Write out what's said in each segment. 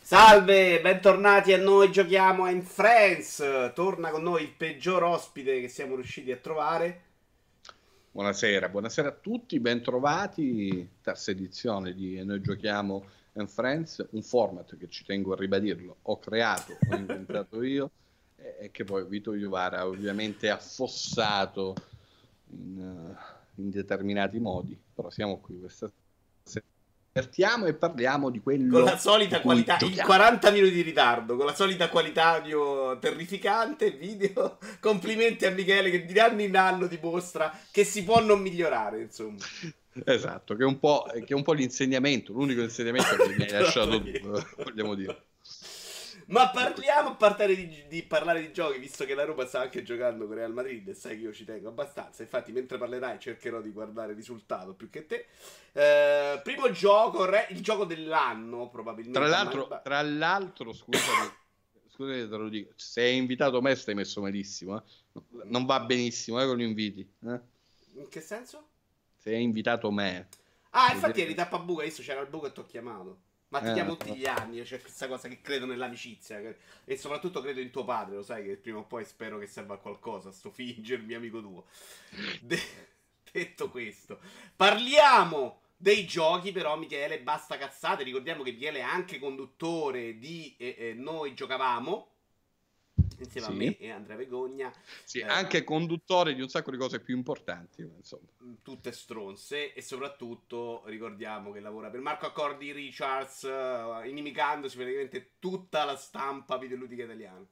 Salve, bentornati a Noi Giochiamo in Friends. Torna con noi il peggior ospite che siamo riusciti a trovare. Buonasera, buonasera a tutti, bentrovati. Terza edizione di Noi Giochiamo and Friends, un format che ci tengo a ribadirlo, ho creato, ho inventato io e che poi Vito Iuvara ovviamente ha affossato in determinati modi, però siamo qui questa sera. Divertiamo e parliamo di quello Con la solita di cui qualità, in giochiamo. 40 minuti di ritardo, con la solita qualità audio terrificante, video. Complimenti a Michele che di anno in anno dimostra che si può non migliorare, insomma. Esatto, che è un po' l'insegnamento, l'unico insegnamento che mi hai lasciato tu, vogliamo dire. Ma parliamo di parlare di giochi, visto che la Roma sta anche giocando con Real Madrid e sai che io ci tengo abbastanza. Infatti, mentre parlerai, cercherò di guardare il risultato più che te. Primo gioco, il gioco dell'anno, probabilmente. Tra l'altro, scusami, te lo dico, se hai invitato me stai messo malissimo, eh? Non va benissimo, con gli inviti. In che senso? Se hai invitato me. Ah, infatti eri tappabuca, adesso c'era il buco e ti ho chiamato. Ma ti chiamo tutti No. gli anni, c'è questa cosa che credo nell'amicizia. E soprattutto credo in tuo padre, lo sai che prima o poi spero che serva a qualcosa, sto fingermi amico tuo. Detto questo, parliamo dei giochi però, Michele, basta cazzate. Ricordiamo che Michele è anche conduttore di Noi Giocavamo, insieme a Sì, me e Andrea Vergogna. sì, anche conduttore di un sacco di cose più importanti, insomma. Tutte stronze, e soprattutto ricordiamo che lavora per Marco Accordi Richards, inimicandosi praticamente tutta la stampa videoludica italiana.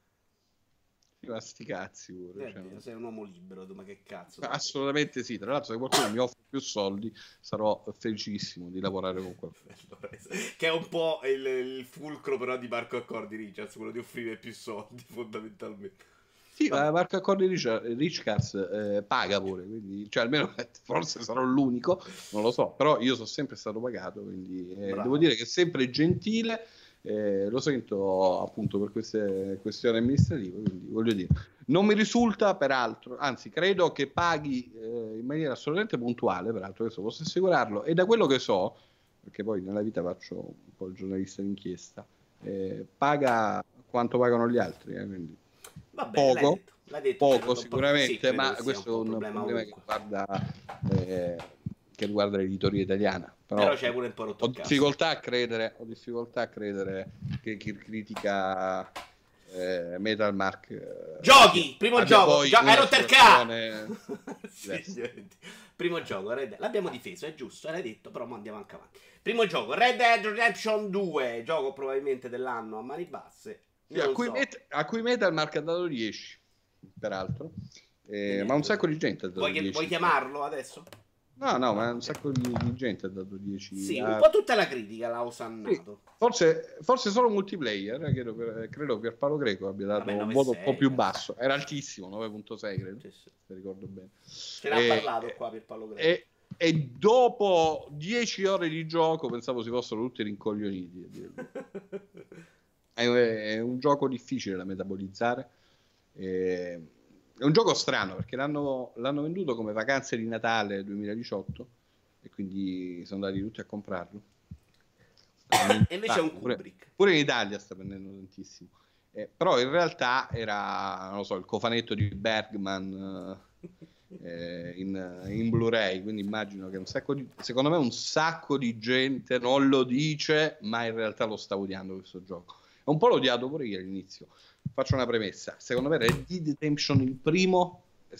Ma sti cazzi pure, cioè. Sei un uomo libero, tu, ma che cazzo? Assolutamente sì, tra l'altro se qualcuno mi offre più soldi sarò felicissimo di lavorare con qualcuno. Che è un po' il fulcro però di Marco Accordi Richards, quello di offrire più soldi fondamentalmente. Sì, Vabbè. ma Marco Accordi Richards paga pure, quindi, cioè almeno forse sarò l'unico, non lo so, però io sono sempre stato pagato, quindi devo dire che è sempre gentile, lo sento appunto per queste questioni amministrative, quindi voglio dire, non mi risulta peraltro, anzi credo che paghi in maniera assolutamente puntuale, peraltro questo posso assicurarlo, e da quello che so, perché poi nella vita faccio un po' il giornalista d'inchiesta, paga quanto pagano gli altri, quindi Vabbè, poco, l'hai detto poco sì, sicuramente, credo ma che sia un questo è po' un problema problema ovunque. eh, che riguarda l'editoria italiana. Però c'è pure un po' rotto Ho il cazzo. difficoltà a credere che chi critica Metal Mark Giochi! Primo gioco! poi Hai una rotto il situazione sì, primo gioco, l'abbiamo difeso, è giusto, l'hai detto, però mo andiamo anche avanti. Primo gioco, Red Dead Redemption 2, gioco probabilmente dell'anno a mani basse. sì, Non so. a cui Metal Mark ha dato 10, peraltro. Ma un sacco di gente ha dato 10. Vuoi chiamarlo adesso? No, ma un Ok. sacco di gente ha dato 10. Sì, un po' tutta la critica l'ha Sì, osannato. forse solo multiplayer, credo che Paolo Greco abbia dato Vabbè, un voto un po' più 9,6. basso, era altissimo, 9.6 credo, Sì, sì. se ricordo bene. Ce n'ha parlato qua per Paolo Greco. E dopo 10 ore di gioco pensavo si fossero tutti rincoglioniti. È un gioco difficile da metabolizzare, è un gioco strano perché l'hanno venduto come vacanze di Natale 2018 e quindi sono andati tutti a comprarlo. E invece è un Kubrick. Pure in Italia sta prendendo tantissimo. Però in realtà era, non lo so, il cofanetto di Bergman in Blu-ray, quindi immagino che secondo me un sacco di gente non lo dice, ma in realtà lo sta odiando questo gioco. Un po' l'ho odiato pure io all'inizio. Faccio una premessa. Secondo me Red Dead Redemption il primo è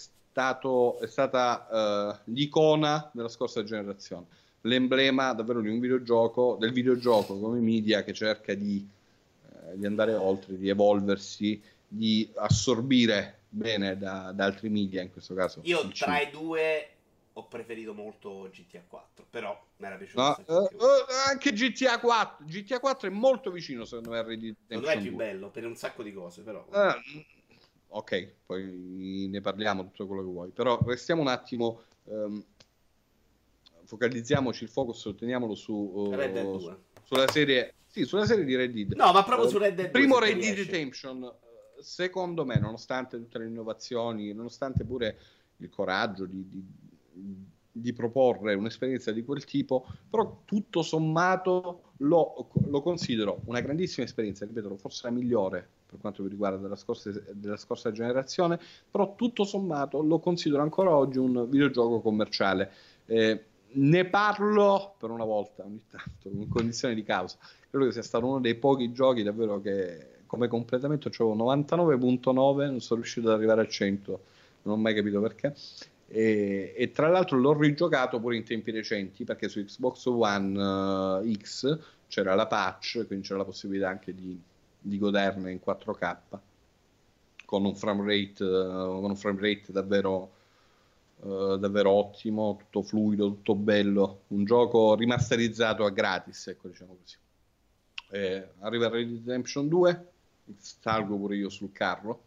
stata l'icona della scorsa generazione, l'emblema davvero di un videogioco, del videogioco come media che cerca di andare oltre, di evolversi, di assorbire bene da altri media, in questo caso. Io tra i due ho preferito molto GTA 4, però mi era piaciuto No, anche GTA 4 è molto vicino secondo me a Red Dead secondo me è Redemption più 2. bello per un sacco di cose, però. Ok, poi ne parliamo tutto quello che vuoi, però restiamo un attimo, focalizziamoci il focus, teniamolo Red Dead 2. sulla serie, sì, sulla serie di Red Dead. No, ma proprio su Red Dead 2. Primo Red Dead Redemption, secondo me, nonostante tutte le innovazioni, nonostante pure il coraggio di di proporre un'esperienza di quel tipo, però tutto sommato lo considero una grandissima esperienza, ripeto, forse la migliore per quanto mi riguarda della scorsa generazione, però tutto sommato lo considero ancora oggi un videogioco commerciale. Ne parlo per una volta, ogni tanto, in condizioni di causa. Credo che sia stato uno dei pochi giochi davvero che come completamento c'avevo 99.9, non sono riuscito ad arrivare a 100, non ho mai capito perché. E tra l'altro l'ho rigiocato pure in tempi recenti, perché su Xbox One X c'era la patch, quindi c'era la possibilità anche di goderne in 4K con un frame rate davvero ottimo, tutto fluido, tutto bello, un gioco rimasterizzato a gratis, ecco, diciamo così. Arriva Red Dead Redemption 2, salgo pure io sul carro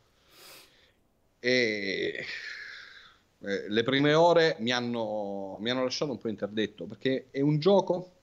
e le prime ore mi hanno lasciato un po' interdetto, perché è un gioco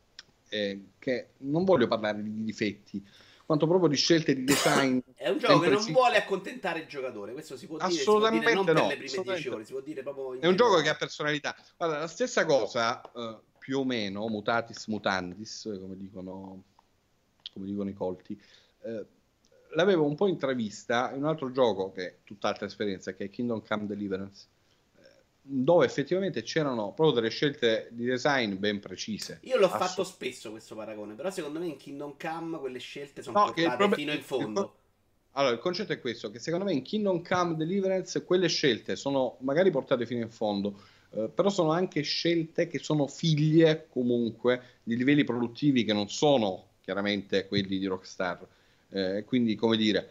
che non voglio parlare di difetti, quanto proprio di scelte di design. È un gioco che non vuole accontentare il giocatore, questo si può dire, non per le prime 10 ore, si può dire proprio in è un generale. gioco che ha personalità. Guarda, la stessa cosa, più o meno, mutatis mutandis, come dicono i colti, l'avevo un po' intravista in un altro gioco che è tutt'altra esperienza, che è Kingdom Come Deliverance, dove effettivamente c'erano proprio delle scelte di design ben precise. Io l'ho fatto spesso questo paragone, però secondo me in Kingdom Come quelle scelte sono portate fino in fondo. Allora, il concetto è questo, che secondo me in Kingdom Come Deliverance quelle scelte sono magari portate fino in fondo, però sono anche scelte che sono figlie comunque di livelli produttivi che non sono chiaramente quelli di Rockstar. Quindi, come dire,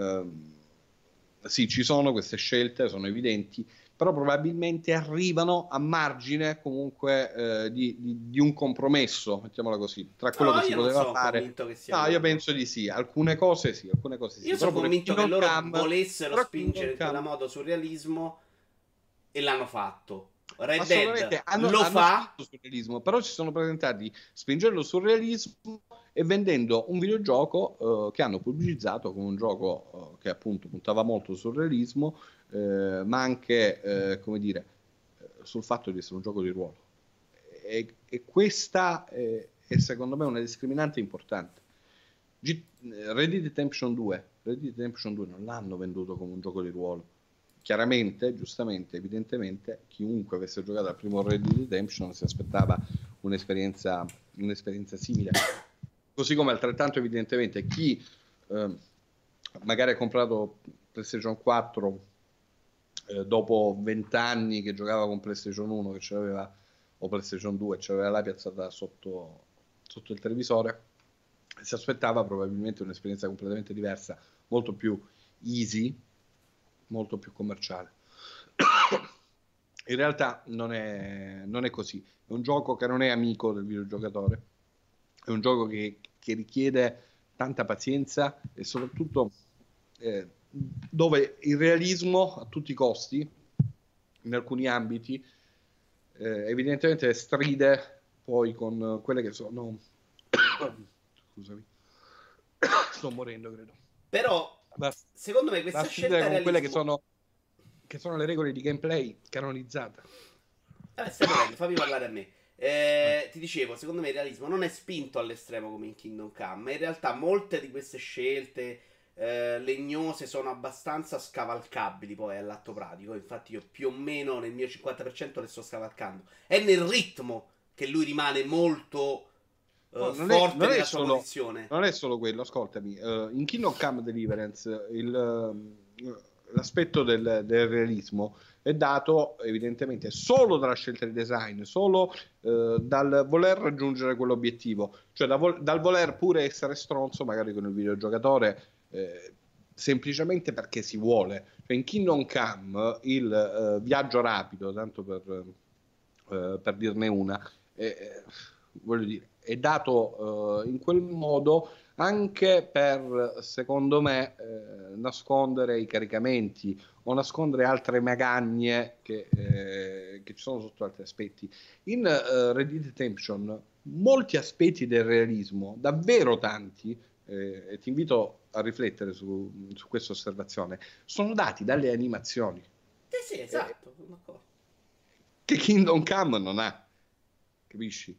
sì, ci sono queste scelte, sono evidenti, però probabilmente arrivano a margine comunque di un compromesso, mettiamola così, tra quello che si poteva fare. No, io penso di sì, alcune cose sì. Io sono convinto che loro volessero spingere in quella modo sul realismo e l'hanno fatto. Red Dead lo fa, surrealismo, però si sono presentati spingendo sul realismo e vendendo un videogioco che hanno pubblicizzato come un gioco che appunto puntava molto sul realismo, ma anche come dire sul fatto di essere un gioco di ruolo, e questa è secondo me una discriminante importante. Red Dead Redemption 2 non l'hanno venduto come un gioco di ruolo. Chiaramente, giustamente, evidentemente, chiunque avesse giocato al primo Red Dead Redemption si aspettava un'esperienza simile. Così come altrettanto evidentemente chi magari ha comprato PlayStation 4 dopo 20 anni che giocava con PlayStation 1 che c'aveva, o PlayStation 2, c'aveva la piazzata sotto il televisore, si aspettava probabilmente un'esperienza completamente diversa, molto più easy, molto più commerciale. In realtà non è così. È un gioco che non è amico del videogiocatore, è un gioco che richiede tanta pazienza e soprattutto dove il realismo a tutti i costi, in alcuni ambiti, evidentemente stride poi con quelle che sono scusami, sto morendo credo, però secondo me questa scelta con quelle che sono le regole di gameplay canonizzate. Fammi parlare a me. Ti dicevo, secondo me il realismo non è spinto all'estremo come in Kingdom Come, ma in realtà molte di queste scelte legnose sono abbastanza scavalcabili poi all'atto pratico. Infatti io più o meno nel mio 50% le sto scavalcando. È nel ritmo che lui rimane molto forte nella sua posizione. Non è solo quello, ascoltami. In Kingdom Come Deliverance l'aspetto del realismo è dato evidentemente solo dalla scelta di design, solo dal voler raggiungere quell'obiettivo, cioè dal voler pure essere stronzo magari con il videogiocatore, semplicemente perché si vuole. Cioè in Kingdom Come il viaggio rapido, tanto per dirne una, voglio dire, è dato in quel modo anche per, secondo me, nascondere i caricamenti o nascondere altre magagne che ci sono sotto altri aspetti. In Red Dead Redemption molti aspetti del realismo, davvero tanti, e ti invito a riflettere su questa osservazione, sono dati dalle animazioni. Sì, esatto, sono d'accordo. che Kingdom Come non ha, capisci?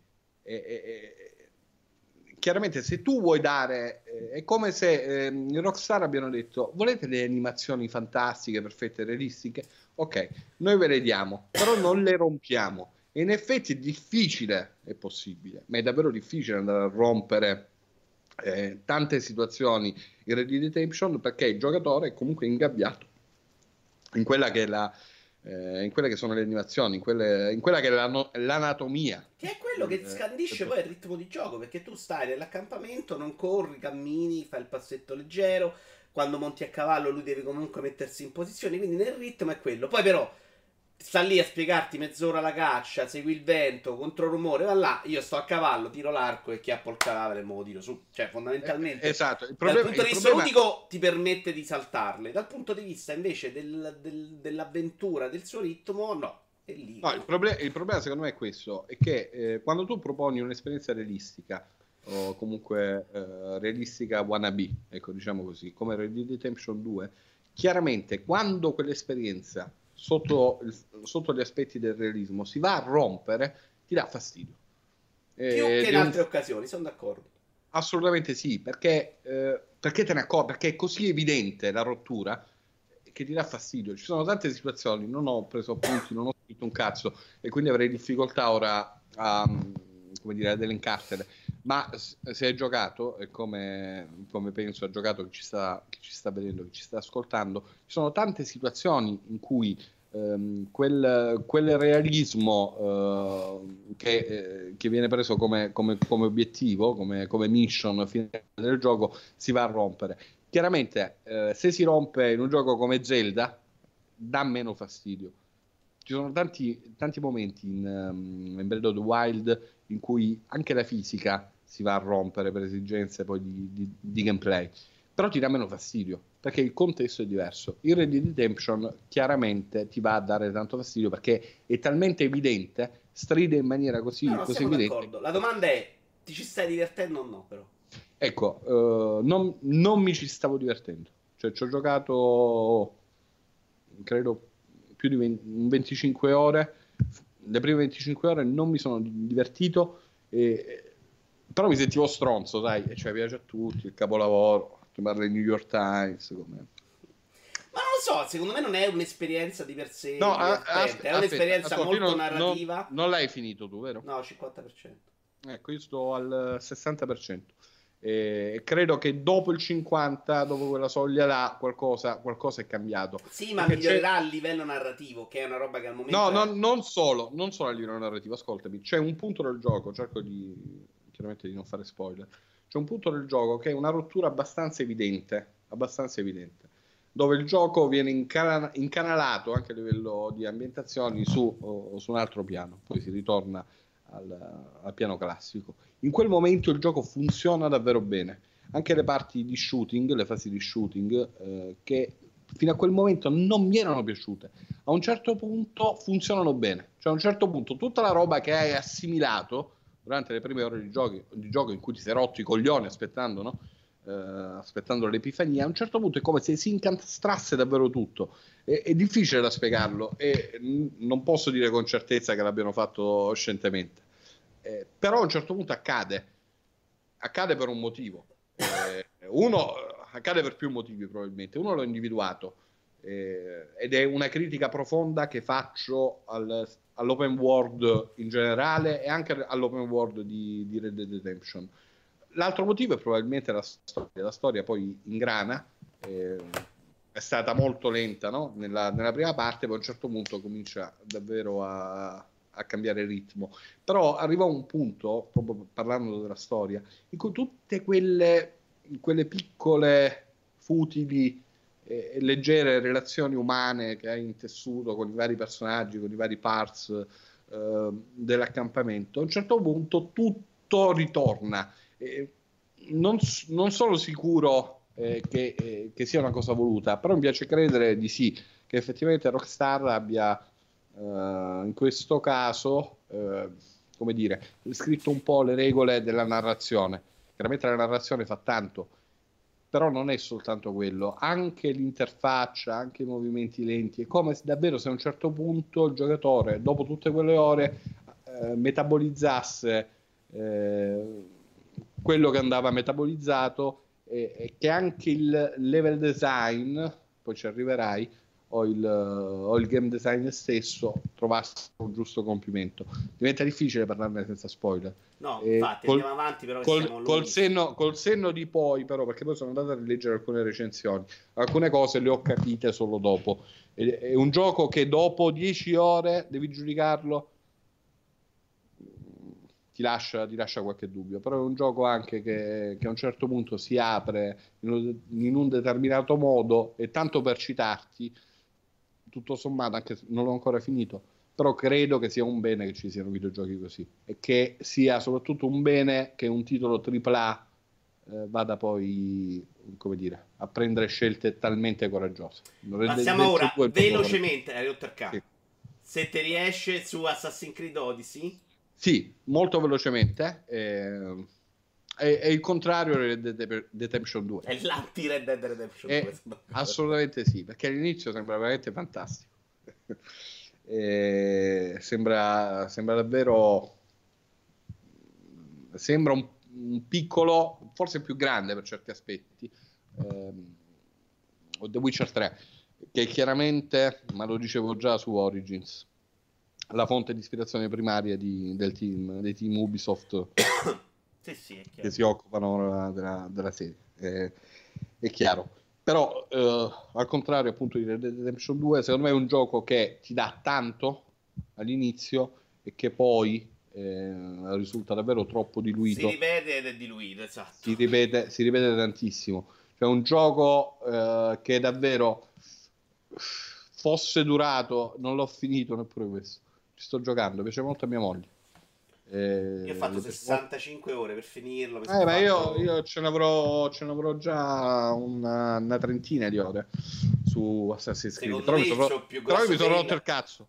Chiaramente se tu vuoi dare, è come se i Rockstar abbiano detto: volete le animazioni fantastiche, perfette, realistiche? Ok, noi ve le diamo, però non le rompiamo. E in effetti è difficile, è possibile, ma è davvero difficile andare a rompere tante situazioni in Red Dead Redemption, perché il giocatore è comunque ingabbiato in quella che è in quelle che sono le animazioni, in quella che è l'anatomia. Che è quello che scandisce poi il ritmo di gioco, perché tu stai nell'accampamento, non corri, cammini, fai il passetto leggero, quando monti a cavallo lui deve comunque mettersi in posizione, quindi nel ritmo è quello. Poi però sta lì a spiegarti mezz'ora la caccia, segui il vento, controrumore, va là, io sto a cavallo, tiro l'arco e chiappo il cadavere e me lo tiro su. Cioè, fondamentalmente, esatto. dal punto di vista ludico ti permette di saltarle, dal punto di vista invece dell'avventura, del suo ritmo, no. È lì. No, il problema secondo me è questo, è che quando tu proponi un'esperienza realistica, o comunque realistica wannabe, ecco, diciamo così, come Red Dead Redemption 2, chiaramente quando quell'esperienza sotto gli aspetti del realismo si va a rompere, ti dà fastidio. Più che in altre occasioni, sono d'accordo. Assolutamente sì, perché te ne accorgi, perché è così evidente la rottura che ti dà fastidio. Ci sono tante situazioni, non ho preso appunti, non ho scritto un cazzo e quindi avrei difficoltà ora come dire, ad elencartele, ma se hai giocato, e come penso ha giocato chi ci sta vedendo, chi ci sta ascoltando, ci sono tante situazioni in cui quel realismo che viene preso come obiettivo, come mission finale del gioco, si va a rompere. Chiaramente se si rompe in un gioco come Zelda dà meno fastidio. Ci sono tanti momenti in Breath of the Wild in cui anche la fisica si va a rompere per esigenze poi di gameplay, però ti dà meno fastidio perché il contesto è diverso. Il Red Dead Redemption chiaramente ti va a dare tanto fastidio perché è talmente evidente, stride in maniera così evidente. D'accordo. La domanda è: ti ci stai divertendo o no, però? Ecco, non mi ci stavo divertendo. Cioè, ci ho giocato, credo, più di 25 ore. Le prime 25 ore non mi sono divertito, però mi sentivo stronzo, sai? Cioè, piace a tutti, il capolavoro, ti parla il New York Times. Ma non lo so, secondo me non è un'esperienza di per sé no, divertente, è un'esperienza molto narrativa. Non l'hai finito tu, vero? No, 50%. Ecco, io sto al 60%. Credo che dopo il 50, dopo quella soglia là, qualcosa è cambiato. Sì, ma migliorerà a livello narrativo, che è una roba che al momento non solo a livello narrativo, ascoltami, c'è un punto del gioco, cerco chiaramente di non fare spoiler, c'è un punto del gioco che è una rottura abbastanza evidente, dove il gioco viene incanalato anche a livello di ambientazioni su un altro piano, poi si ritorna al piano classico. In quel momento il gioco funziona davvero bene, anche le parti di shooting, le fasi di shooting che fino a quel momento non mi erano piaciute, a un certo punto funzionano bene. Cioè a un certo punto tutta la roba che hai assimilato durante le prime ore di gioco in cui ti sei rotto i coglioni aspettando, no? Aspettando l'epifania, a un certo punto è come se si incastrasse davvero tutto. È difficile da spiegarlo e non posso dire con certezza che l'abbiano fatto scientemente, però a un certo punto accade per un motivo, accade per più motivi probabilmente. Uno l'ho individuato ed è una critica profonda che faccio all'open world in generale e anche all'open world di Red Dead Redemption. L'altro motivo è probabilmente la storia. La storia poi ingrana, è stata molto lenta, no? nella prima parte, poi a un certo punto comincia davvero a cambiare ritmo. Però arriva un punto, proprio parlando della storia, in cui tutte quelle piccole, futili e leggere relazioni umane che hai intessuto con i vari personaggi, con i vari parts dell'accampamento, a un certo punto tutto ritorna. Non sono sicuro che sia una cosa voluta, però mi piace credere di sì, che effettivamente Rockstar abbia in questo caso come dire, scritto un po' le regole della narrazione. Chiaramente la narrazione fa tanto, però non è soltanto quello, anche l'interfaccia, anche i movimenti lenti, è come se davvero se a un certo punto il giocatore dopo tutte quelle ore metabolizzasse quello che andava metabolizzato, e che anche il level design, poi ci arriverai, o il game design stesso trovasse un giusto compimento. Diventa difficile parlarne senza spoiler. No, infatti andiamo avanti, però col senno di poi, però, perché poi sono andato a rileggere alcune recensioni, alcune cose le ho capite solo dopo. È un gioco che dopo 10 ore devi giudicarlo, ti lascia qualche dubbio, però è un gioco anche che a un certo punto si apre in un determinato modo, e tanto per citarti, tutto sommato, anche se non l'ho ancora finito, però credo che sia un bene che ci siano videogiochi così, e che sia soprattutto un bene che un titolo AAA vada poi, come dire, a prendere scelte talmente coraggiose. Passiamo ora velocemente a Rotter K. Sì. Se ti riesce su Assassin's Creed Odyssey. Sì, molto velocemente. È il contrario di Red Dead Redemption 2. È l'anti-Red Dead Redemption 2. Assolutamente sì, perché all'inizio sembra veramente fantastico. Sembra davvero... Sembra un piccolo, forse più grande per certi aspetti, The Witcher 3, che chiaramente, ma lo dicevo già su Origins, la fonte di ispirazione primaria dei team Ubisoft sì, che si occupano della serie, è chiaro. Però al contrario appunto di Red Dead Redemption 2, secondo me è un gioco che ti dà tanto all'inizio e che poi risulta davvero troppo diluito. Si ripete ed è diluito, esatto. Si ripete tantissimo. Cioè un gioco che davvero fosse durato, non l'ho finito neppure questo. Ci sto giocando, piace molto a mia moglie. Io ho fatto 65 ore per finirlo. Ma io ce ne avrò già una trentina di ore su Assassin's Creed. Però mi sono rotto il cazzo.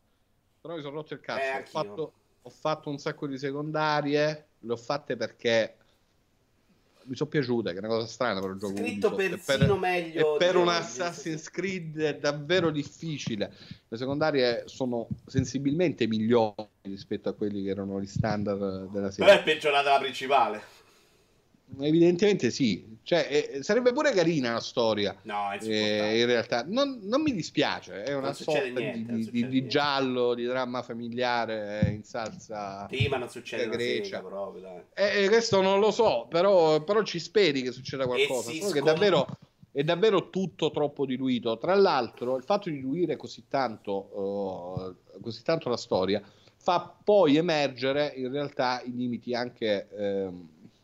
Ho fatto un sacco di secondarie, le ho fatte perché mi sono piaciute, che è una cosa strana per un gioco scritto persino meglio. E per un Assassin's Creed è davvero difficile. Le secondarie sono sensibilmente migliori rispetto a quelli che erano gli standard della serie. Però è peggiorata la principale. Evidentemente sì, cioè sarebbe pure carina la storia. No, è in realtà non mi dispiace, è una sorta di giallo, di dramma familiare in salsa. Prima non succede una sega proprio, dai. Questo non lo so, però ci speri che succeda qualcosa. Solo che è davvero tutto troppo diluito. Tra l'altro, il fatto di diluire così tanto la storia fa poi emergere in realtà i limiti anche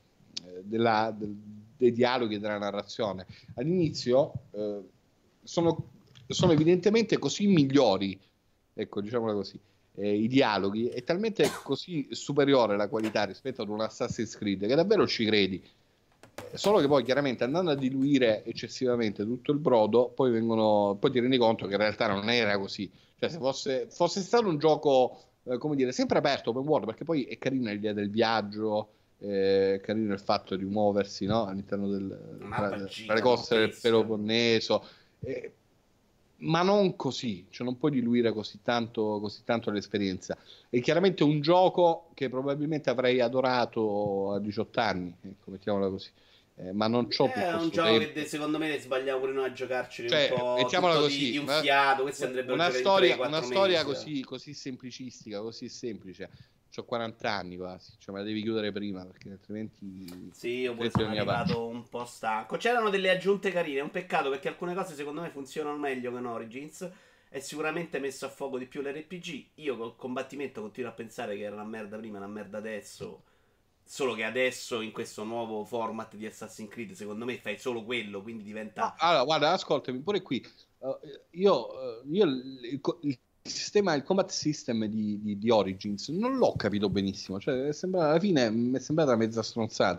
dei dialoghi e della narrazione. All'inizio sono evidentemente così migliori, ecco, diciamola così, i dialoghi, è talmente così superiore la qualità rispetto ad un Assassin's Creed che davvero ci credi. Solo che poi chiaramente andando a diluire eccessivamente tutto il brodo, poi ti rendi conto che in realtà non era così. Cioè se fosse stato un gioco come dire, sempre aperto, open world, perché poi è carina l'idea del viaggio, carino il fatto di muoversi, no? All'interno tra le coste del Peloponneso, ma non così, cioè non puoi diluire così tanto l'esperienza. È chiaramente un gioco che probabilmente avrei adorato a 18 anni, ecco, mettiamola così. Ma non c'ho più questo. È un gioco che secondo me sbagliamo pure noi a giocarci, cioè, un po' mettiamola così, di un fiato. Una storia così semplicistica, così semplice. C'ho 40 anni quasi, cioè me la devi chiudere prima perché altrimenti... Sì, io pure sono arrivato un po' stanco. C'erano delle aggiunte carine, è un peccato perché alcune cose secondo me funzionano meglio che in Origins. È sicuramente messo a fuoco di più l'RPG. Io col combattimento continuo a pensare che era una merda prima, una merda adesso. Solo che adesso in questo nuovo format di Assassin's Creed secondo me fai solo quello, quindi diventa... Allora, guarda, ascoltami, pure qui io il combat system di Origins non l'ho capito benissimo, cioè alla fine mi è sembrata mezza stronzata,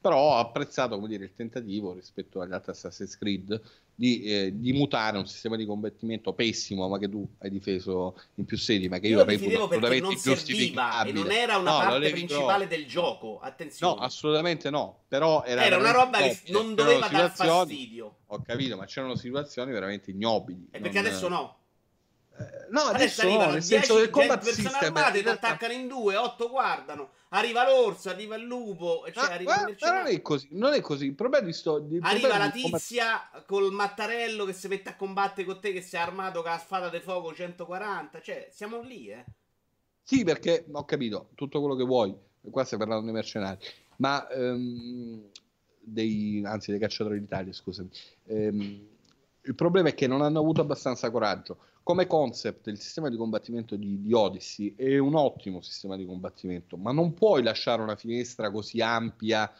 però ho apprezzato, come dire, il tentativo rispetto agli altri Assassin's Creed di mutare un sistema di combattimento pessimo, ma che tu hai difeso in più sedi, ma che Io io lo reputo difendevo perché assolutamente non serviva e non ingiustificabile. era una No, lo parte devi però, principale del no, gioco. no, Attenzione. assolutamente no, però era Era una veramente roba che ignobile. non C'erano doveva dar situazioni, fastidio. ho capito, ma c'erano situazioni veramente ignobili. E perché adesso no. No, Adesso adesso no, arrivano nel senso che il 10 combat persone system armate, in ti realtà. attaccano in due, 8 guardano. Arriva l'orso, arriva il lupo, cioè arriva il Ma non mercenario. è così, non è così. Il Arriva problema la del combat. tizia col mattarello che si mette a combattere con te che sei armato con la spada di fuoco 140. Cioè, siamo lì, eh. Sì, perché ho capito tutto quello che vuoi. Qua stai parlando dei mercenari, ma anzi dei cacciatori d'Italia, scusami. Il problema è che non hanno avuto abbastanza coraggio. Come concept, il sistema di combattimento di Odyssey è un ottimo sistema di combattimento, ma non puoi lasciare una finestra così ampia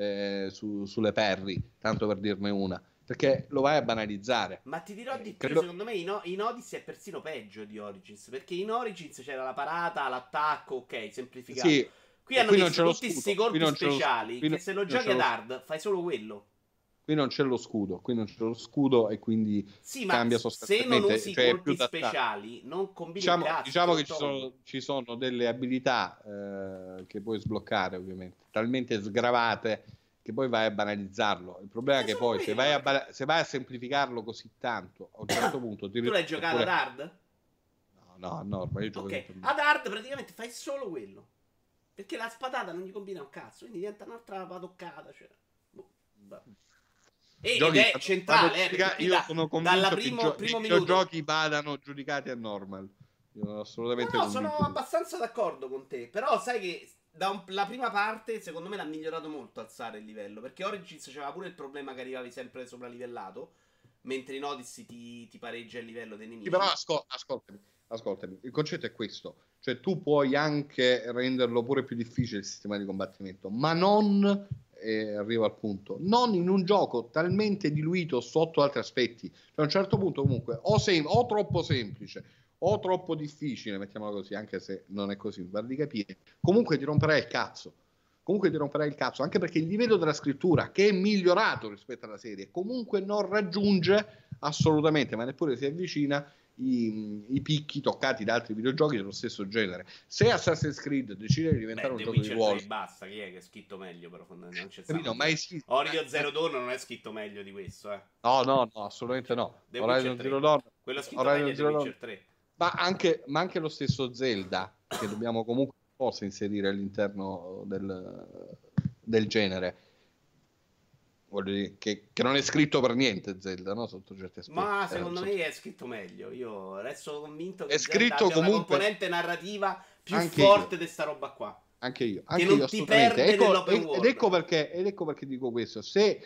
sulle Perry, tanto per dirne una, perché lo vai a banalizzare. Ma ti dirò di più, Credo. secondo me in Odyssey è persino peggio di Origins, perché in Origins c'era la parata, l'attacco, ok, semplificato. Sì, Qui hanno qui non c'è messo lo tutti scudo, questi qui colpi non c'è lo, speciali qui che non se lo non giochi c'è ad lo, hard fai solo quello. qui non c'è lo scudo, qui non c'è lo scudo e quindi Sì, ma cambia se non sostanzialmente, usi i cioè è più colpi datato. speciali, non combini un cazzo, te Diciamo lo che tolgo. ci sono delle abilità che puoi sbloccare, ovviamente, talmente sgravate che poi vai a banalizzarlo. Il problema è Fai che solo poi quello. se vai a semplificarlo così tanto, a un certo punto ti Tu l'hai ritrovi giocato ad pure. hard? No, no, ma io gioco Ok, sempre a ad hard praticamente fai solo quello. Perché la spadata non gli combina un cazzo, quindi diventa un'altra patoccata. Cioè. Boh, vabbè. Ed giochi, è centrale, perché qui io sono dalla convinto che i primo minuto. videogiochi vadano giudicati a normal. Io sono No, assolutamente no, sono convinto di questo. abbastanza d'accordo con te. Però sai che la prima parte, secondo me, l'ha migliorato molto alzare il livello. Perché Origins c'era pure il problema che arrivavi sempre sopravlivellato. Mentre in Odyssey ti pareggia il livello dei Sì, però nemici. ascoltami, il concetto è questo, cioè tu puoi anche renderlo pure più difficile il sistema di combattimento, ma non, arrivo al punto, non in un gioco talmente diluito sotto altri aspetti, cioè a un certo punto comunque o troppo semplice o troppo difficile, mettiamolo così, anche se non è così, mi pare di capire, comunque ti romperai il cazzo. Comunque ti romperai il cazzo, anche perché il livello della scrittura, che è migliorato rispetto alla serie, comunque non raggiunge assolutamente, ma neppure si avvicina i picchi toccati da altri videogiochi dello stesso genere. Se Assassin's Creed decide di diventare Beh, un The gioco di Witcher 3 ruolo, basta. Chi è che è scritto meglio? Però non c'è capito? stanno Ma due. esiste, Horizon Zero Dawn non è scritto meglio di questo, eh. no, no, no, assolutamente no. The Witcher Horizon 3. Zero Dawn, Quello scritto meglio è Horizon The Zero Dawn, Witcher 3. ma anche lo stesso Zelda, che dobbiamo comunque forse inserire all'interno del genere. Voglio dire che non è scritto per niente Zelda, no? Sotto certi aspetti. Ma secondo me è scritto meglio. Io resto convinto È che Zelda scritto abbia una comunque componente narrativa più anche io, forte di sta roba qua. anche Che io non ti assolutamente. perde nell'open world. Ed ecco perché dico questo. Se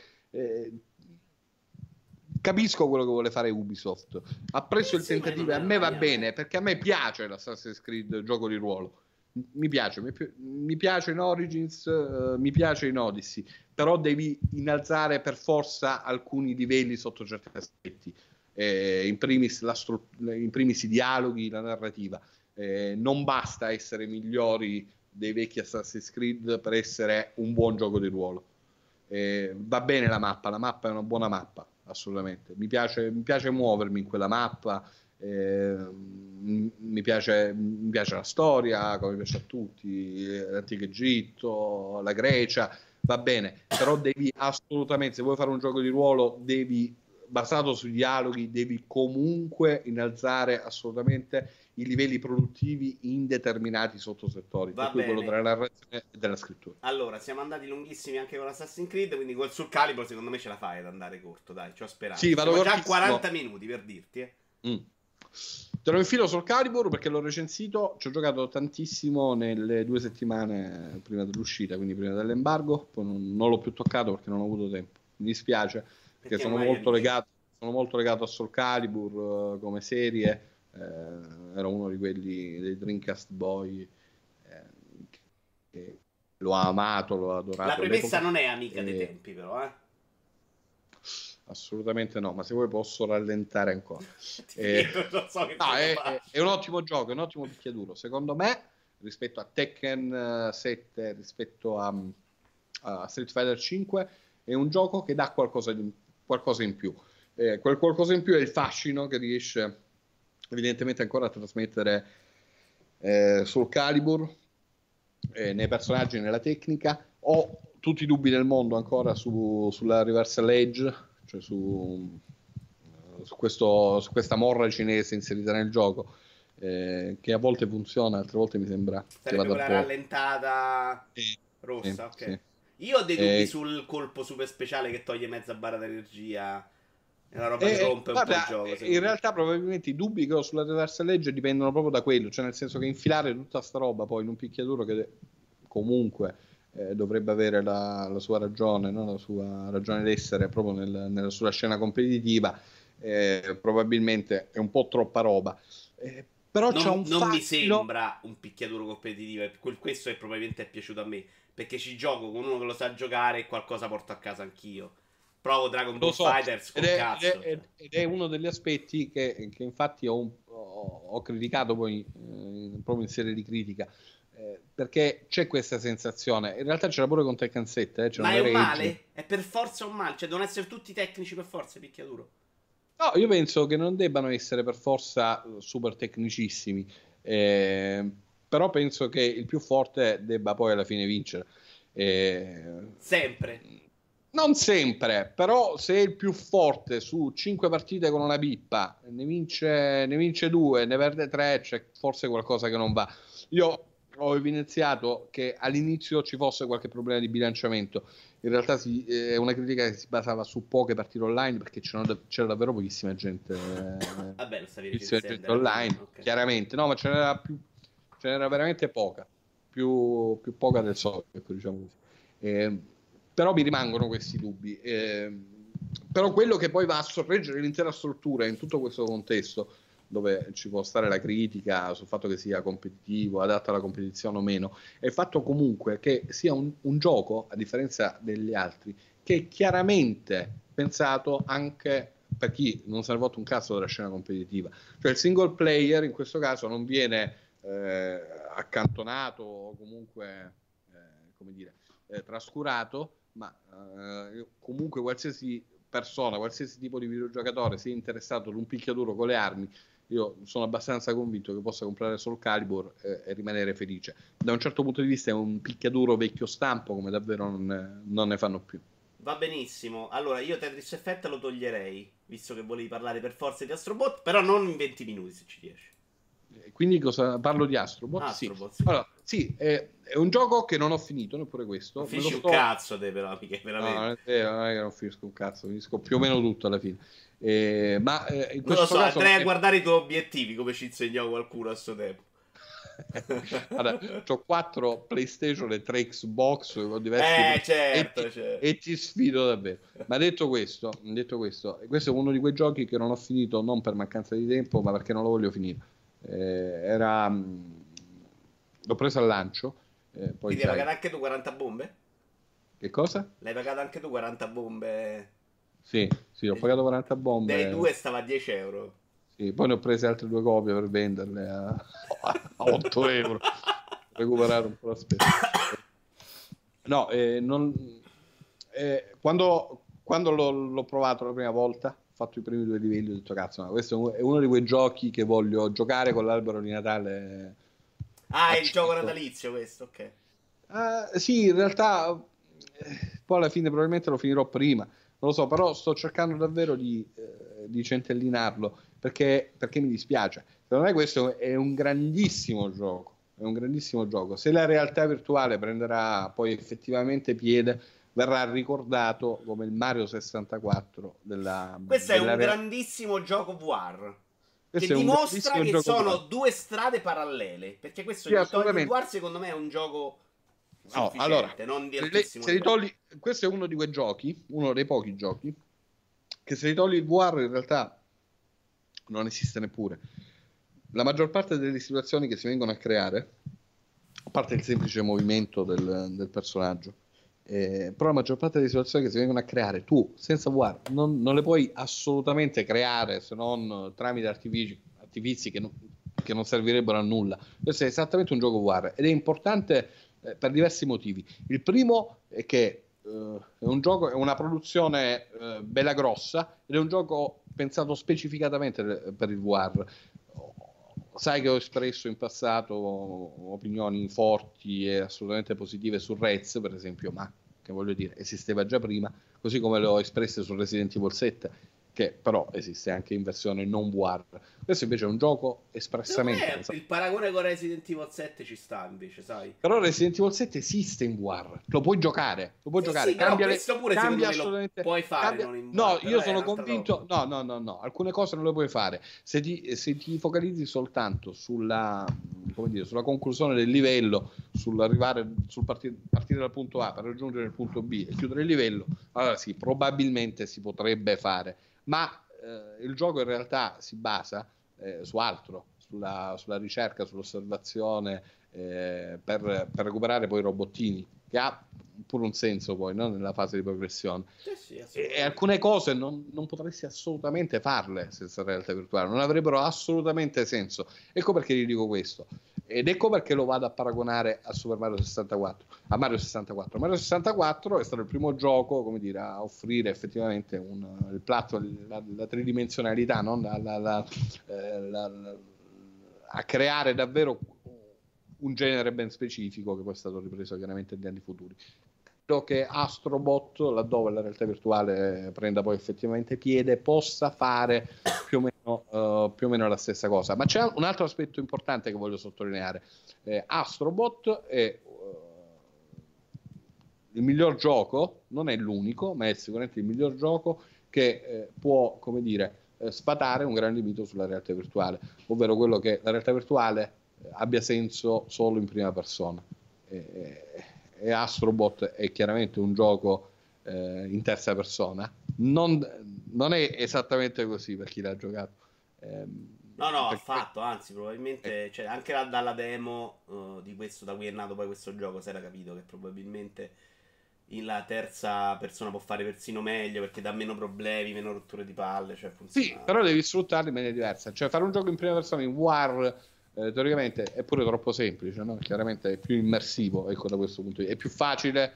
capisco quello che vuole fare Ubisoft, ha preso il Sì, ma tentativo non e a è me la va mia. bene perché a me piace l'Assassin's Creed gioco di ruolo. Mi piace, mi piace in Origins, mi piace in Odyssey, però devi innalzare per forza alcuni livelli sotto certi aspetti, in primis, in primis i dialoghi, la narrativa. Non basta essere migliori dei vecchi Assassin's Creed per essere un buon gioco di ruolo. Va bene la mappa è una buona mappa, assolutamente. Mi piace muovermi in quella mappa. Mi piace la storia, come piace a tutti, l'antico Egitto, la Grecia, va bene, però devi assolutamente, se vuoi fare un gioco di ruolo, basato sui dialoghi, devi comunque innalzare assolutamente i livelli produttivi in determinati sottosettori, Va per cui quello bene. della narrazione e della scrittura. Allora, siamo andati lunghissimi anche con Assassin's Creed, quindi col Soul Calibur secondo me ce la fai ad andare corto, dai, ci ho Sì, speranza. vado Siamo già a cortissimo. 40 minuti per dirti, eh. Mm. Te lo infilo sul Calibur perché l'ho recensito, ci ho giocato tantissimo nelle 2 settimane prima dell'uscita, quindi prima dell'embargo, poi non l'ho più toccato perché non ho avuto tempo. Mi dispiace perché Perché ormai amici. sono molto legato a Soul Calibur come serie, era uno di quelli dei Dreamcast Boy che l'ho amato, l'ho La adorato premessa all'epoca. non è amica dei tempi, però, eh. Assolutamente no, ma se vuoi posso rallentare ancora. Ti vedo, non so che No, cosa fare. è un ottimo gioco, è un ottimo picchiaduro. Secondo me, rispetto a Tekken 7, rispetto a Street Fighter 5 è un gioco che dà qualcosa in più. Quel qualcosa in più è il fascino che riesce evidentemente ancora a trasmettere sul Calibur, nei personaggi, nella tecnica. Ho tutti i dubbi del mondo ancora sulla Reversal Edge, cioè su questa morra cinese inserita nel gioco, che a volte funziona, altre volte mi sembra che Sarebbe vada quella un po'. rallentata rossa, ok. Sì. Io ho dei dubbi sul colpo super speciale che toglie mezza barra d'energia. È una roba che rompe un po' il Guarda, gioco. in realtà probabilmente i dubbi che ho sulla Reversal Edge dipendono proprio da quello, cioè nel senso che infilare tutta sta roba poi in un picchiaduro che comunque dovrebbe avere la sua ragione, no? La sua ragione d'essere proprio sulla scena competitiva, probabilmente è un po' troppa roba. Però c'è un Non mi fascino. sembra un picchiaduro competitivo. Questo è probabilmente è piaciuto a me. Perché ci gioco con uno che lo sa giocare e qualcosa porto a casa anch'io. Provo Dragon Lo Ball so, Fighters col cazzo. ed è uno degli aspetti che infatti ho criticato poi proprio in serie di critica, perché c'è questa sensazione. In realtà c'era pure con Tekken 7, c'era Ma è una un Rage. male? È per forza un male? Cioè, devono essere tutti tecnici per forza i picchiaduro? No, io penso che non debbano essere per forza super tecnicissimi, però penso che il più forte debba poi alla fine vincere. Sempre. Non sempre, però se il più forte su 5 partite con una pippa ne vince 2, ne perde 3, c'è forse qualcosa che non va. Io ho evidenziato che all'inizio ci fosse qualche problema di bilanciamento. In realtà è una critica che si basava su poche partite online, perché c'era davvero pochissima gente, Vabbè, lo stavi pochissima gente recensendo alla fine. online, Ok. chiaramente. No, ma ce n'era veramente poca, più poca del solito, ecco, diciamo così. Però mi rimangono questi dubbi. Però quello che poi va a sorreggere l'intera struttura in tutto questo contesto, dove ci può stare la critica sul fatto che sia competitivo, adatto alla competizione o meno, è il fatto comunque che sia un gioco, a differenza degli altri, che è chiaramente pensato anche per chi non se ne fotte un cazzo della scena competitiva. Cioè il single player in questo caso non viene accantonato o comunque, come dire, trascurato, ma comunque qualsiasi persona, qualsiasi tipo di videogiocatore sia interessato ad un picchiaduro con le armi, io sono abbastanza convinto che possa comprare Soul Calibur e rimanere felice. Da un certo punto di vista è un picchiaduro vecchio stampo, come davvero non ne fanno più. Va benissimo. Allora, io Tetris Effect lo toglierei, visto che volevi parlare per forza di Astrobot, però non in 20 minuti se ci riesci. Quindi cosa parlo di Astrobot? Sì. Astrobot, sì. Allora, sì, è un gioco che non ho finito, neppure questo. Non Me lo finisci un sto... cazzo te però, mica, No, non veramente. è vero, non è che non finisco un cazzo, finisco più o meno tutto alla fine. Ma in Non lo questo so, caso... andrei a guardare i tuoi obiettivi, come ci insegnò qualcuno a suo tempo. Guarda, ho 4 PlayStation e 3 Xbox con diversi Certo, certo. e ti sfido davvero. Ma detto questo, questo è uno di quei giochi che non ho finito non per mancanza di tempo, ma perché non lo voglio finire. L'ho preso al lancio, poi Quindi hai sai, pagato anche tu 40 bombe? che cosa? L'hai pagato anche tu 40 bombe? Sì, sì, ho pagato 40 Dai bombe. due stava a 10 euro. Sì, poi ne ho prese altre 2 copie per venderle a 8 euro, recuperare un po' la spesa. No, quando l'ho provato la prima volta, ho fatto i primi 2 livelli, ho detto cazzo, ma questo è uno di quei giochi che voglio giocare con l'albero di Natale Ah, è il gioco acceso. natalizio questo, ok. Sì, in realtà poi alla fine probabilmente lo finirò prima, non lo so, però sto cercando davvero di centellinarlo perché mi dispiace. Secondo me questo è un grandissimo gioco, è un grandissimo gioco. Se la realtà virtuale prenderà poi effettivamente piede, verrà ricordato come il Mario 64 Questo è della un realtà. grandissimo gioco VR. Che Questo è un dimostra grandissimo che gioco sono VR. due strade parallele. Perché questo Sì, gli toglie il assolutamente. VR, secondo me, è un gioco No, allora, sufficiente, non di altissimo se li livello. togli, questo è uno di quei giochi, uno dei pochi giochi, che se li togli il VR in realtà non esiste neppure. La maggior parte delle situazioni che si vengono a creare, a parte il semplice movimento del personaggio, però la maggior parte delle situazioni che si vengono a creare, tu senza VR non le puoi assolutamente creare se non tramite artifici che non servirebbero a nulla. Questo è esattamente un gioco VR ed è importante per diversi motivi. Il primo è che è un gioco, è una produzione bella grossa ed è un gioco pensato specificatamente per il VR. Sai che ho espresso in passato opinioni forti e assolutamente positive su Rez, per esempio, ma che voglio dire, esisteva già prima, così come le ho espresse su Resident Evil 7, che però esiste anche in versione non VR. Questo invece è un gioco Secondo espressamente me pensato. il paragone con Resident Evil 7 ci sta invece, sai? Però Resident Evil 7 esiste in VR, lo puoi giocare, Sì, sì, però questo pure secondo cambia me lo assolutamente. puoi fare Cambia. non in No, VR, però io è sono un'altra roba. convinto. No, no, no, no, alcune cose non le puoi fare. Se ti focalizzi soltanto sulla, come dire, sulla conclusione del livello, sul partire dal punto A per raggiungere il punto B e chiudere il livello, allora sì, probabilmente si potrebbe fare. Ma il gioco in realtà si basa su altro, sulla ricerca, sull'osservazione, per recuperare poi i robottini, che ha pure un senso poi, no? Nella fase di progressione. Sì, sì, E assolutamente. alcune cose non potresti assolutamente farle senza realtà virtuale, non avrebbero assolutamente senso. Ecco perché gli dico questo. Ed ecco perché lo vado a paragonare a Super Mario 64, a Mario 64. Mario 64 è stato il primo gioco, come dire, a offrire effettivamente il platform, la tridimensionalità, no? A creare davvero un genere ben specifico che poi è stato ripreso chiaramente negli anni futuri. Credo che Astrobot, laddove la realtà virtuale prenda poi effettivamente piede, possa fare più o meno la stessa cosa. Ma c'è un altro aspetto importante che voglio sottolineare. Astrobot è il miglior gioco, non è l'unico, ma è sicuramente il miglior gioco che può, come dire, sfatare un grande mito sulla realtà virtuale, ovvero quello che la realtà virtuale abbia senso solo in prima persona. E Astrobot è chiaramente un gioco in terza persona. Non è esattamente così per chi l'ha giocato. No, no, Perché, affatto, anzi, probabilmente, cioè, anche dalla demo di questo, da cui è nato poi questo gioco, si era capito che probabilmente in la terza persona può fare persino meglio perché dà meno problemi, meno rotture di palle, cioè sì, funziona. però devi sfruttarlo in maniera diversa. Cioè, fare un gioco in prima persona in VR, teoricamente, è pure troppo semplice, no? Chiaramente è più immersivo, ecco, da questo punto di vista. È più facile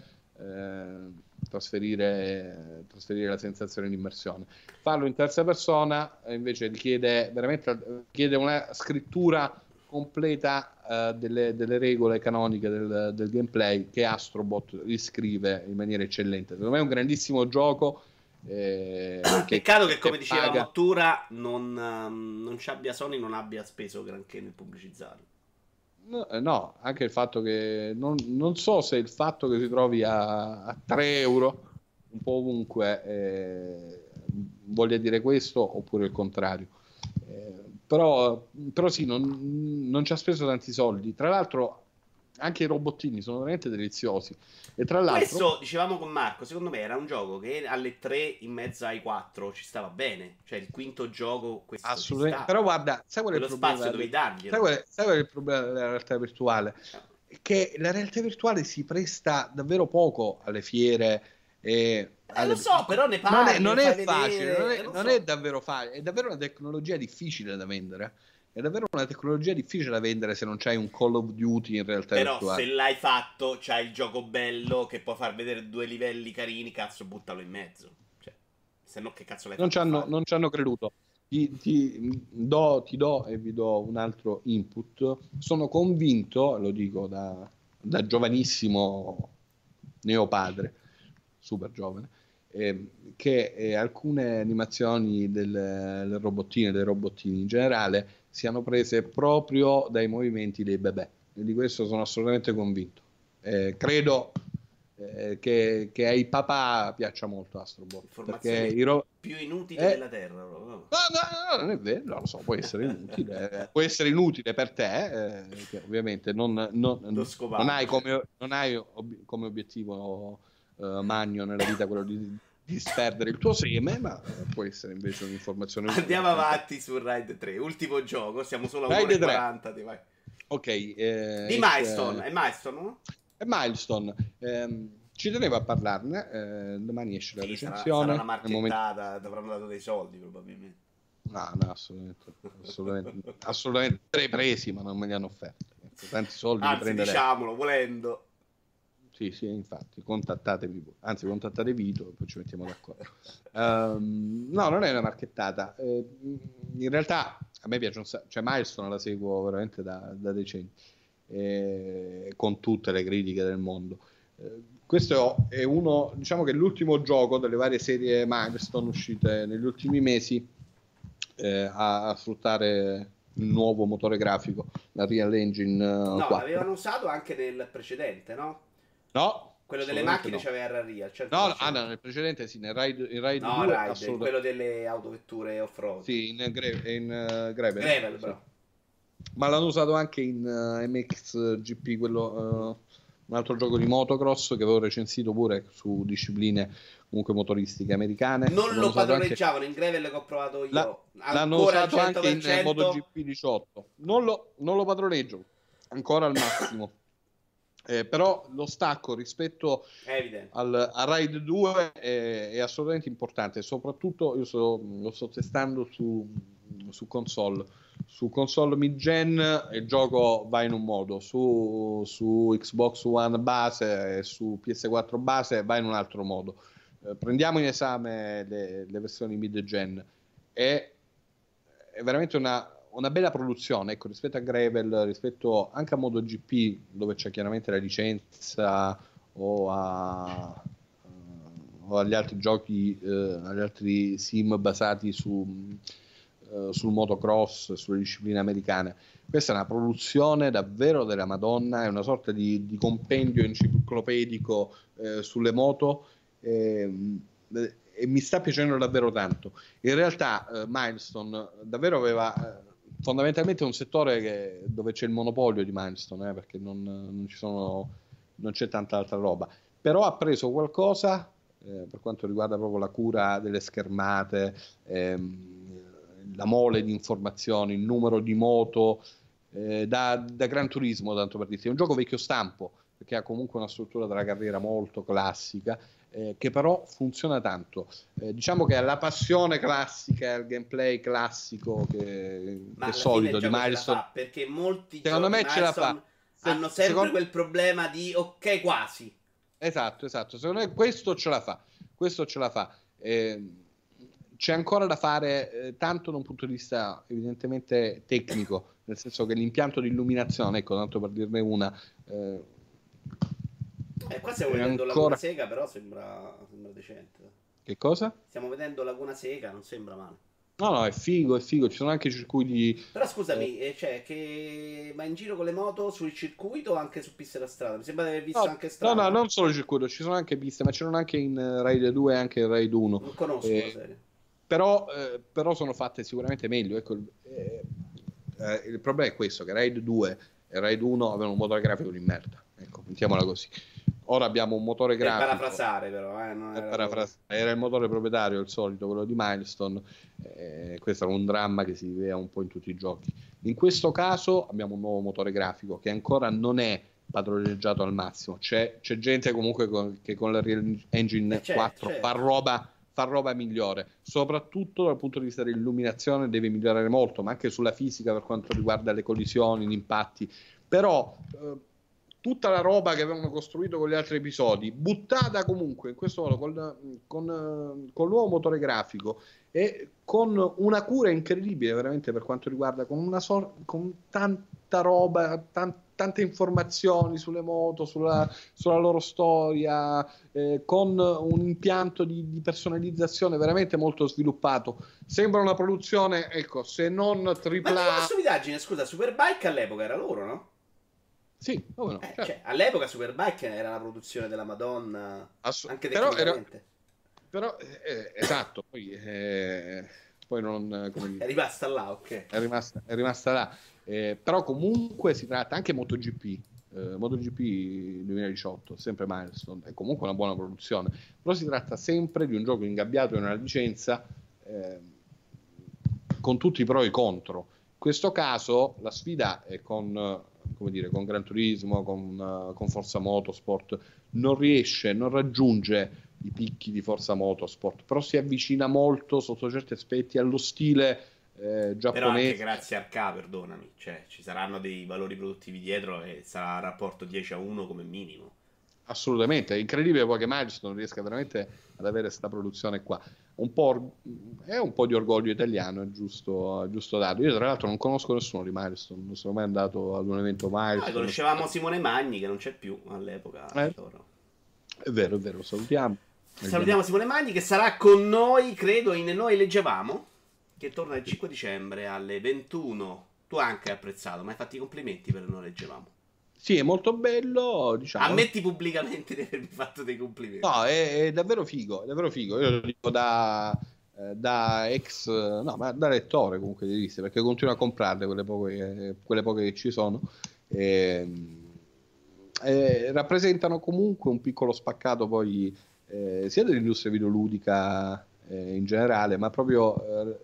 trasferire la sensazione di immersione. Farlo in terza persona, invece, richiede una scrittura completa delle regole canoniche del gameplay che Astrobot riscrive in maniera eccellente. Secondo me è un grandissimo gioco Peccato che, come diceva paga. Mottura, non ci abbia Sony, non abbia speso granché nel pubblicizzarlo. No, no, anche il fatto che non so se il fatto che si trovi a 3 euro un po' ovunque voglia dire questo oppure il contrario. Però sì, non ci ha speso tanti soldi. Tra l'altro anche i robottini sono veramente deliziosi. E tra l'altro Questo, dicevamo con Marco, secondo me era un gioco che alle 3 in mezzo ai 4 ci stava bene. Cioè, il quinto gioco, questo ci assolutamente, sta. però guarda, sai qual è il Quello spazio problema? dovevi Sai darglielo. qual è il problema della realtà virtuale? Che la realtà virtuale si presta davvero poco alle fiere e Lo so, però ne non è, parli, lo non è fai facile, vedere, lo non è so. davvero facile, è davvero una tecnologia difficile da vendere. È davvero una tecnologia difficile da vendere se non c'hai un Call of Duty in realtà Però se virtuale. l'hai fatto, c'hai il gioco bello che puoi far vedere due livelli carini, cazzo, buttalo in mezzo. Cioè, se no che cazzo l'hai fatto a fare? Non ci hanno creduto. Ti do e vi do un altro input. Sono convinto, lo dico da giovanissimo neopadre, super giovane, che alcune animazioni del robottino e dei robottini in generale siano prese proprio dai movimenti dei bebè. E di questo sono assolutamente convinto. Credo che ai papà piaccia molto Astrobot, perché Informazione più inutile eh, della Terra, proprio. no, no, no, non è vero, non lo so, può essere inutile per te, che ovviamente Lo non hai scopando. come obiettivo magno nella vita quello di disperdere il tuo seme, ma può essere invece un'informazione utile Andiamo appunto. avanti su Ride 3. Ultimo gioco, siamo solo a Raid un'ora e 3, 40. Vai. ok, Di Milestone, è Milestone, no? è Milestone, ci tenevo a parlarne, domani esce la Sì, sarà una recensione, nel momento. marchettata, ti avranno dato dei soldi probabilmente. No, no, assolutamente, assolutamente tre presi, ma non me li hanno offerti. Tanti soldi li Anzi, prenderei. diciamolo, volendo. Sì, infatti, contattatevi, anzi contattate Vito e poi ci mettiamo d'accordo. No, non è una marchettata. In realtà a me piace cioè Milestone la seguo veramente da decenni, con tutte le critiche del mondo. Questo è uno, diciamo che è l'ultimo gioco delle varie serie Milestone uscite negli ultimi mesi a sfruttare il nuovo motore grafico, la Real Engine No, 4. l'avevano usato anche nel precedente, no? No, Quello delle assolutamente macchine no. c'aveva il Real, No, no, 100%. no, nel precedente sì, nel Ride No, 2 Ride, in quello assolutamente delle autovetture off-road. sì, Gravel, Gravel, sì. bro. Ma l'hanno usato anche in MXGP, quello, un altro gioco di motocross che avevo recensito pure su discipline comunque motoristiche americane. Non L'hanno lo usato anche, padroneggiavano in Gravel che ho provato io. l'hanno Ancora al usato anche in 100%. MotoGP 18. Non lo padroneggio ancora al massimo. Però lo stacco rispetto È evidente. a Ride 2 è assolutamente importante, soprattutto io lo sto testando su console. Su console mid-gen il gioco va in un modo, su Xbox One base e su PS4 base va in un altro modo. Prendiamo in esame le versioni mid-gen. È veramente una bella produzione, ecco, rispetto a Gravel, rispetto anche a MotoGP, dove c'è chiaramente la licenza o agli altri giochi, agli altri sim basati sul motocross, sulle discipline americane. Questa è una produzione davvero della Madonna, è una sorta di compendio enciclopedico sulle moto. E mi sta piacendo davvero tanto. In realtà Milestone davvero aveva fondamentalmente un settore dove c'è il monopolio di Milestone, perché non c'è tanta altra roba, però ha preso qualcosa per quanto riguarda proprio la cura delle schermate, la mole di informazioni, il numero di moto, da Gran Turismo, tanto per dirti. È un gioco vecchio stampo, perché ha comunque una struttura della carriera molto classica, che però funziona tanto. Diciamo che la passione classica, il gameplay classico che Ma è alla fine il solito di gioco ce la Milestone, fa, perché molti secondo giochi me ce la fa. Milestone hanno sempre quel problema di ok, quasi. Esatto. Secondo me questo ce la fa. Questo ce la fa. C'è ancora da fare, tanto da un punto di vista evidentemente tecnico, nel senso che l'impianto di illuminazione, ecco, tanto per dirne una, Qua stiamo è vedendo Laguna ancora... Seca, però sembra decente. Che cosa? Stiamo vedendo Laguna Seca, non sembra male. No, è figo, ci sono anche circuiti... Però scusami, cioè, ma in giro con le moto sul circuito o anche su piste da strada? Mi sembra di aver visto anche No, strada. non solo circuito, ci sono anche piste, ma c'erano anche in Raid 2 e anche in Raid 1. Non conosco la serie. Però sono fatte sicuramente meglio. Ecco, il problema è questo, che Raid 2 e Raid 1 avevano un motore grafico di merda. Ecco, mettiamola così. Ora abbiamo un motore Per grafico. parafrasare, però, non Era il motore proprietario, il solito, quello di Milestone. Questo era un dramma che si viveva un po' in tutti i giochi. In questo caso abbiamo un nuovo motore grafico che ancora non è padroneggiato al massimo. C'è gente comunque che con la Real Engine 4 certo. fa roba migliore, soprattutto dal punto di vista dell'illuminazione deve migliorare molto, ma anche sulla fisica per quanto riguarda le collisioni, gli impatti. Però tutta la roba che avevano costruito con gli altri episodi, buttata comunque in questo modo con il nuovo motore grafico e con una cura incredibile veramente per quanto riguarda, con tanta roba, tante informazioni sulle moto, sulla loro storia, con un impianto di personalizzazione veramente molto sviluppato. Sembra una produzione, ecco, se non tripla. Ma dico una stupidaggine, scusa, Superbike all'epoca era loro, no? Sì, come no, certo. Cioè, all'epoca Superbike era la produzione della Madonna, anche tecnicamente. Però esatto, poi non come dire, È rimasta là, ok. è rimasta là. Però comunque si tratta anche MotoGP 2018, sempre Milestone, è comunque una buona produzione, però si tratta sempre di un gioco ingabbiato in una licenza con tutti i pro e i contro. In questo caso la sfida è con Gran Turismo, con Forza Motorsport, non raggiunge i picchi di Forza Motorsport, però si avvicina molto sotto certi aspetti allo stile giapponese. Però anche grazie a Arca, perdonami, cioè ci saranno dei valori produttivi dietro e sarà rapporto 10-1 come minimo. Assolutamente, è incredibile poi che Milestone riesca veramente ad avere questa produzione qua. È un po' di orgoglio italiano, è giusto dato. Io tra l'altro non conosco nessuno di Milestone, non sono mai andato ad un evento Noi Milestone. conoscevamo Simone Magni, che non c'è più all'epoca di Eh, loro. è vero, salutiamo. Salutiamo Simone Magni che sarà con noi, credo, in Noi Leggevamo, che torna il 5 dicembre alle 21. Tu anche hai apprezzato, ma hai fatto i complimenti per Noi Leggevamo. Sì, è molto bello, diciamo. Ammetti pubblicamente di avermi fatto dei complimenti. No, è davvero figo, è davvero figo. Io lo dico da ex, no, ma da lettore comunque di riviste, perché continuo a comprarle quelle poche che ci sono. E, rappresentano comunque un piccolo spaccato poi sia dell'industria videoludica in generale, ma proprio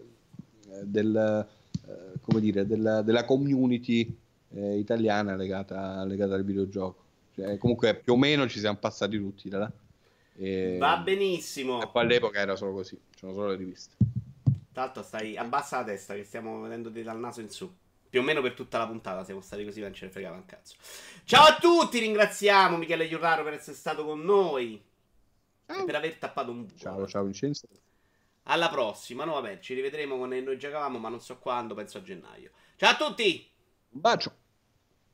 come dire, della community italiana legata al videogioco. Cioè, comunque più o meno ci siamo passati tutti da là. Va E benissimo. poi all'epoca era solo così, c'erano solo le riviste. Tanto stai, abbassa la testa che stiamo vedendoti dal naso in su. Più o meno per tutta la puntata siamo stati così, non ce ne fregava un cazzo. Ciao a tutti, ringraziamo Michele Iurraro per essere stato con noi e per aver tappato un buco. Ciao Vincenzo. Alla prossima, no vabbè, ci rivedremo con Noi Giocavamo, ma non so quando, penso a gennaio. Ciao a tutti! Un bacio.